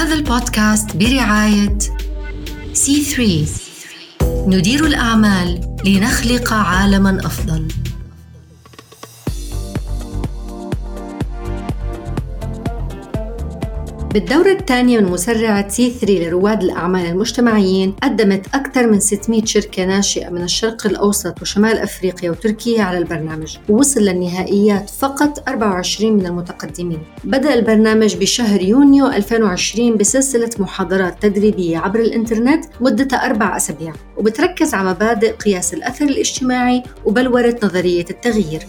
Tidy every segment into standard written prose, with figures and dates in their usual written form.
هذا البودكاست برعاية C3. ندير الأعمال لنخلق عالماً أفضل. بالدورة الثانية من مسرعة C3 لرواد الأعمال المجتمعيين، قدمت أكثر من 600 شركة ناشئة من الشرق الأوسط وشمال أفريقيا وتركيا على البرنامج، ووصل للنهائيات فقط 24 من المتقدمين. بدأ البرنامج بشهر يونيو 2020 بسلسلة محاضرات تدريبية عبر الإنترنت مدتها 4 أسابيع، وبتركز على مبادئ قياس الأثر الاجتماعي وبلورة نظرية التغيير.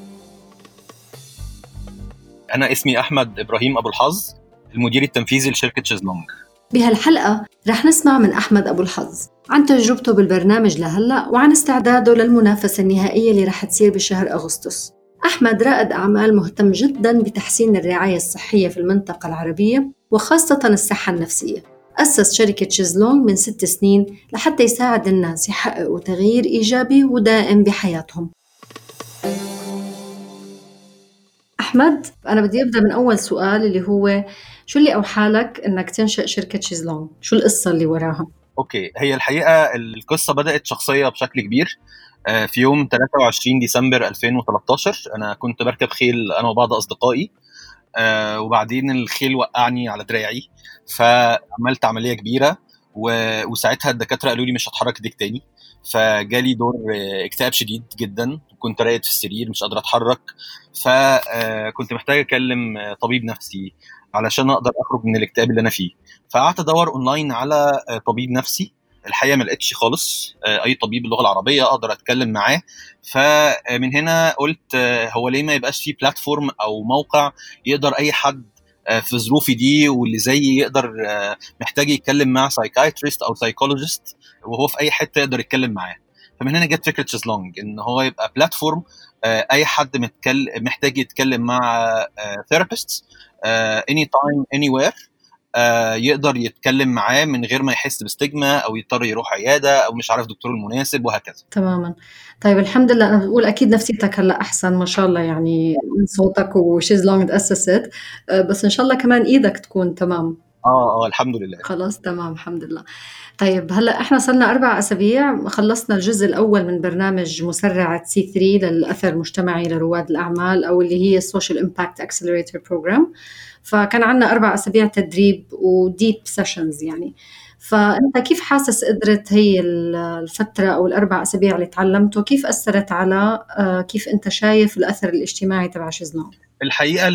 أنا اسمي أحمد إبراهيم أبو الحظ، المدير التنفيذي لشركة شيزلونج. بهالحلقة رح نسمع من أحمد أبو الحظ عن تجربته بالبرنامج لهلأ وعن استعداده للمنافسة النهائية اللي رح تصير بشهر أغسطس. أحمد رائد أعمال مهتم جداً بتحسين الرعاية الصحية في المنطقة العربية وخاصة الصحة النفسية. أسس شركة شيزلونج من 6 سنين لحتى يساعد الناس يحققوا تغيير إيجابي ودائم بحياتهم. أحمد، أنا بدي أبدأ من أول سؤال اللي هو شو اللي أوحالك إنك تنشأ شركة شيزلونج؟ شو القصة اللي وراها؟ أوكي، هي الحقيقة القصة بدأت شخصية بشكل كبير. في يوم 23 ديسمبر 2013 أنا كنت بركب خيل أنا وبعض أصدقائي، وبعدين الخيل وقعني على دراعي، فعملت عملية كبيرة، وساعتها الدكاترة قالوا لي مش هتحرك ايديك تاني. فجالي دور اكتئاب شديد جدا، كنت راقد في السرير مش قادر اتحرك، فكنت محتاج اكلم طبيب نفسي علشان اقدر اخرج من الاكتئاب اللي انا فيه. فقعدت ادور اونلاين على طبيب نفسي، الحقيقه ما لقيتش خالص اي طبيب باللغه العربيه اقدر اتكلم معاه. فمن هنا قلت هو ليه ما يبقاش فيه بلاتفورم او موقع يقدر اي حد في ظروفي دي واللي زي يقدر محتاج يتكلم مع سايكايتريست او سايكولوجيست وهو في اي حته يقدر يتكلم معاه. فمن هنا جت فكره شيزلونج، ان هو يبقى بلاتفورم اي حد محتاج يتكلم مع ثيرابيست اني تايم اني وير، يقدر يتكلم معاه من غير ما يحس بستيجما او يضطر يروح عياده او مش عارف دكتور المناسب وهكذا. تماما. طيب الحمد لله، انا بقول اكيد نفسيتك هلا احسن ما شاء الله، يعني من صوتك وشيزلونج تاسست، بس ان شاء الله كمان ايدك تكون تمام. الحمد لله. خلاص تمام الحمد لله. طيب هلا احنا صرنا 4 أسابيع خلصنا الجزء الاول من برنامج مسرعة C3 للاثر المجتمعي لرواد الاعمال، او اللي هي Social Impact Accelerator Program. فكان عنا 4 أسابيع تدريب وديب سيشنز يعني. فأنت كيف حاسس قدرت هي الفترة أو ال4 أسابيع اللي تعلمته كيف أثرت على كيف أنت شايف الأثر الاجتماعي تبع شيزلونج؟ الحقيقة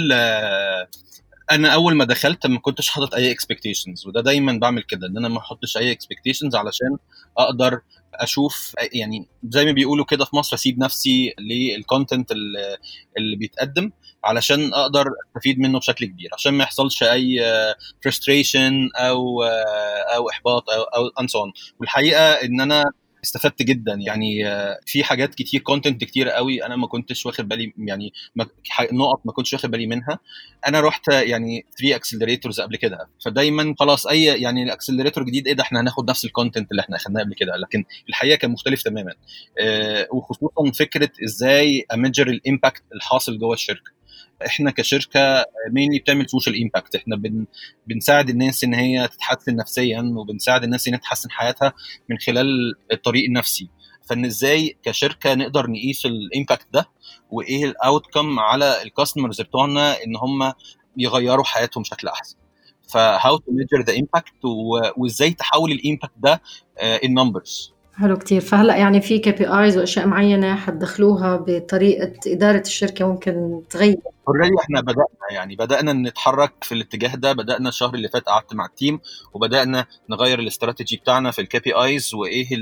انا اول ما دخلت ما كنتش حاطط اي expectations، وده دايما بعمل كده، ان انا ما احطش اي expectations علشان اقدر اشوف، يعني زي ما بيقولوا كده في مصر، اسيب نفسي للكونتنت اللي بيتقدم علشان اقدر استفيد منه بشكل كبير، عشان ما يحصلش اي frustration او احباط او and so on. والحقيقة ان انا استفدت جدا، يعني في حاجات كتير، كونتنت كتير قوي انا ما كنتش واخد بالي، يعني نقط ما كنتش واخد بالي منها. انا رحت يعني 3 اكسلريتورز قبل كده، فدايما خلاص اي يعني الاكسلريتور جديد ايه ده احنا هناخد نفس الكونتنت اللي احنا اخدناه قبل كده، لكن الحقيقه كان مختلف تماما. وخصوصا فكره ازاي اميجر الامباكت الحاصل جوه الشركه. احنا كشركه مينلي بتعمل سوشيال امباكت، احنا بنساعد الناس ان هي تتحسن نفسيا، وبنساعد الناس ان هي تحسن حياتها من خلال الطريق النفسي. فان ازاي كشركه نقدر نقيس الامباكت ده، وايه الاوتكم على الكاستمرز بتوعنا ان هم يغيروا حياتهم بشكل احسن. فهاو تو ميجر ذا امباكت، وازاي تحول الامباكت ده النمبرز. حلو كتير. فهلأ يعني في KPIs وأشياء معينة حتدخلوها بطريقة إدارة الشركة ممكن تغير؟ اوريدي احنا بدأنا نتحرك في الاتجاه ده. بدأنا الشهر اللي فات، قعدت مع التيم وبدأنا نغير الاستراتيجي بتاعنا في الكي بي ايز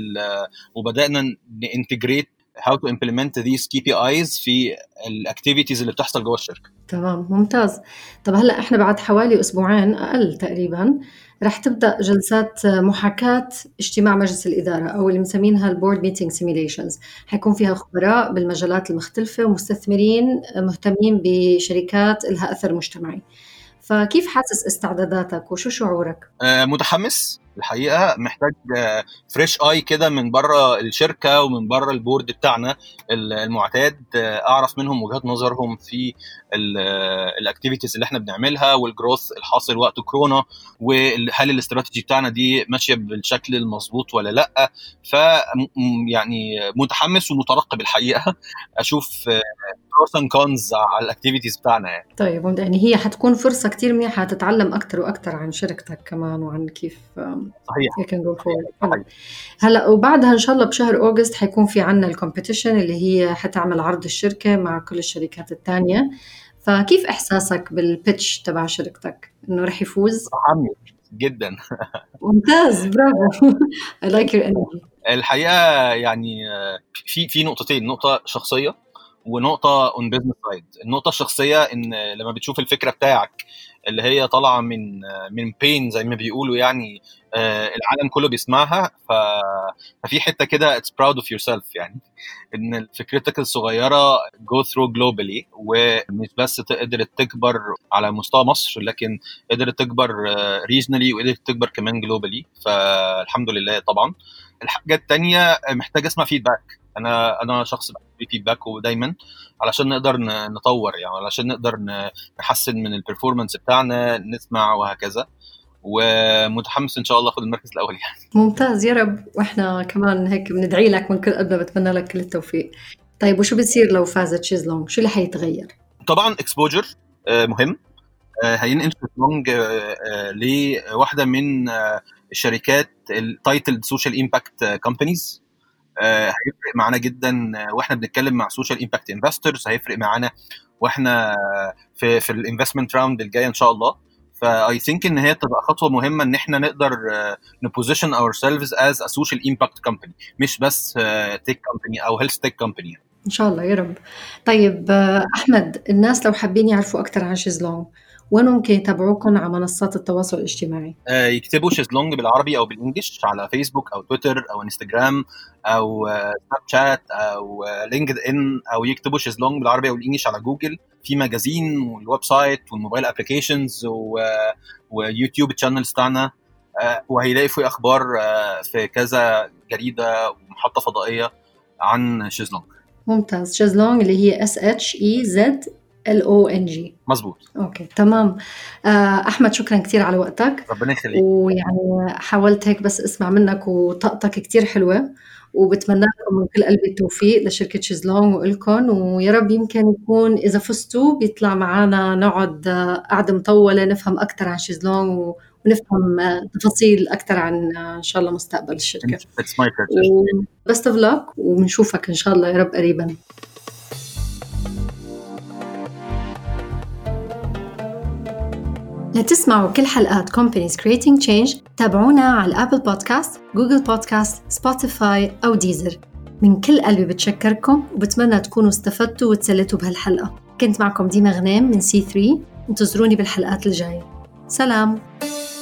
وبدأنا نانتجريت how to implement these KPIs في الاكتيفيتيز اللي بتحصل جوه الشركه. تمام ممتاز. طب هلا احنا بعد حوالي اسبوعين اقل تقريبا رح تبدا جلسات محاكاه اجتماع مجلس الاداره، او اللي مسمينها البورد ميتينج سيميليشنز. حيكون فيها خبراء بالمجالات المختلفه ومستثمرين مهتمين بشركات لها اثر مجتمعي. فكيف حاسس استعداداتك وشو شعورك؟ متحمس، الحقيقه محتاج فريش اي كده من بره الشركه ومن بره البورد بتاعنا المعتاد، اعرف منهم وجهات نظرهم في الاكتيفيتيز اللي احنا بنعملها والجروث الحاصل وقت كورونا، وهل الاستراتيجي بتاعنا دي ماشيه بالشكل المظبوط ولا لا. ف يعني متحمس ومترقب الحقيقه اشوف بروس اند كونز على الاكتيفيتيز بتاعنا يعني. طيب يعني هي حتكون فرصة كتير منيحة تتعلم أكتر وأكتر عن شركتك كمان وعن كيف صحيح. هلا وبعدها إن شاء الله بشهر أغسطس حيكون في عنا الكومبيتيشن اللي هي حتعمل عرض الشركة مع كل الشركات التانية. فكيف إحساسك بالبيتش تبع شركتك إنه رح يفوز؟ متحمس جدا. ممتاز، برافو. I like your energy. الحقيقة يعني في نقطتين، نقطة شخصية ونقطة on business side. النقطة الشخصية إن لما بتشوف الفكرة بتاعك اللي هي طالعة من pain زي ما بيقولوا يعني، العالم كله بيسمعها، ففي حتة كده it's proud of yourself يعني، إن فكرتك الصغيرة go through globally، ومش بس قدرت تكبر على مستوى مصر لكن قدرت تكبر regionally وقدرت تكبر كمان globally، فالحمد لله. طبعا الحاجة التانية محتاج اسمع فيدباك. انا شخص بحب فيدباك ودايما علشان نقدر نطور يعني، علشان نقدر نحسن من البرفورمانس بتاعنا، نسمع وهكذا. ومتحمس ان شاء الله اخد المركز الاول يعني. ممتاز، يا رب. واحنا كمان هيك بندعي لك من كل قلبنا، بتمنى لك كل التوفيق. طيب وشو بتصير لو فازت شيزلونج؟ شو اللي حيتغير؟ طبعا اكسبوجر مهم. هينقل شيزلونج لواحده من الشركات التايتل سوشيال امباكت كومبانيز. هيفرق معانا جدا واحنا بنتكلم مع سوشيال امباكت انفسترز، هيفرق معانا واحنا في الانفستمنت راوند الجايه ان شاء الله. فاي ثينك ان هي تبقى خطوه مهمه ان احنا نقدر نبوزيشن اور سيلفز از ا سوشيال امباكت كومباني، مش بس تيك كومباني او هيلث تيك كومباني ان شاء الله، يا رب. طيب احمد، الناس لو حابين يعرفوا اكثر عن شيزلونج وين ممكن يتابعوكم على منصات التواصل الاجتماعي؟ يكتبوا شيزلونج بالعربي او بالانجلش على فيسبوك او تويتر او انستجرام او سناب شات او لينكد ان، او يكتبوا شيزلونج بالعربي او بالانجلش على جوجل. في ماجازين والويب سايت والموبايل ابلكيشنز ويوتيوب تشانلز بتاعنا، وهيلاقي في اخبار في كذا جريده ومحطه فضائيه عن شيزلونج. ممتاز. شيزلونج اللي هي SHEZLONG. مظبوط. اوكي تمام. احمد شكرا كثير على وقتك. ربنا يخليك. ويعني حاولت هيك بس اسمع منك، وطاقتك كثير حلوه، وبتمنى لكم من كل قلبي التوفيق لشركه شيزلونج والكم، ويا رب يمكن يكون اذا فزتوا بيطلع معنا نقعد قعده مطوله نفهم اكثر عن شيزلونج ونفهم تفاصيل اكثر عن ان شاء الله مستقبل الشركه. بس اوف لك، وبنشوفك ان شاء الله يا رب قريبا. لتسمعوا كل حلقات Companies Creating Change تابعونا على الأبل بودكاست، جوجل بودكاست، سبوتيفاي أو ديزر. من كل قلبي بتشكركم، وبتمنى تكونوا استفدتوا وتسلتوا بهالحلقة. كنت معكم ديما غنام من C3. انتظروني بالحلقات الجاية. سلام.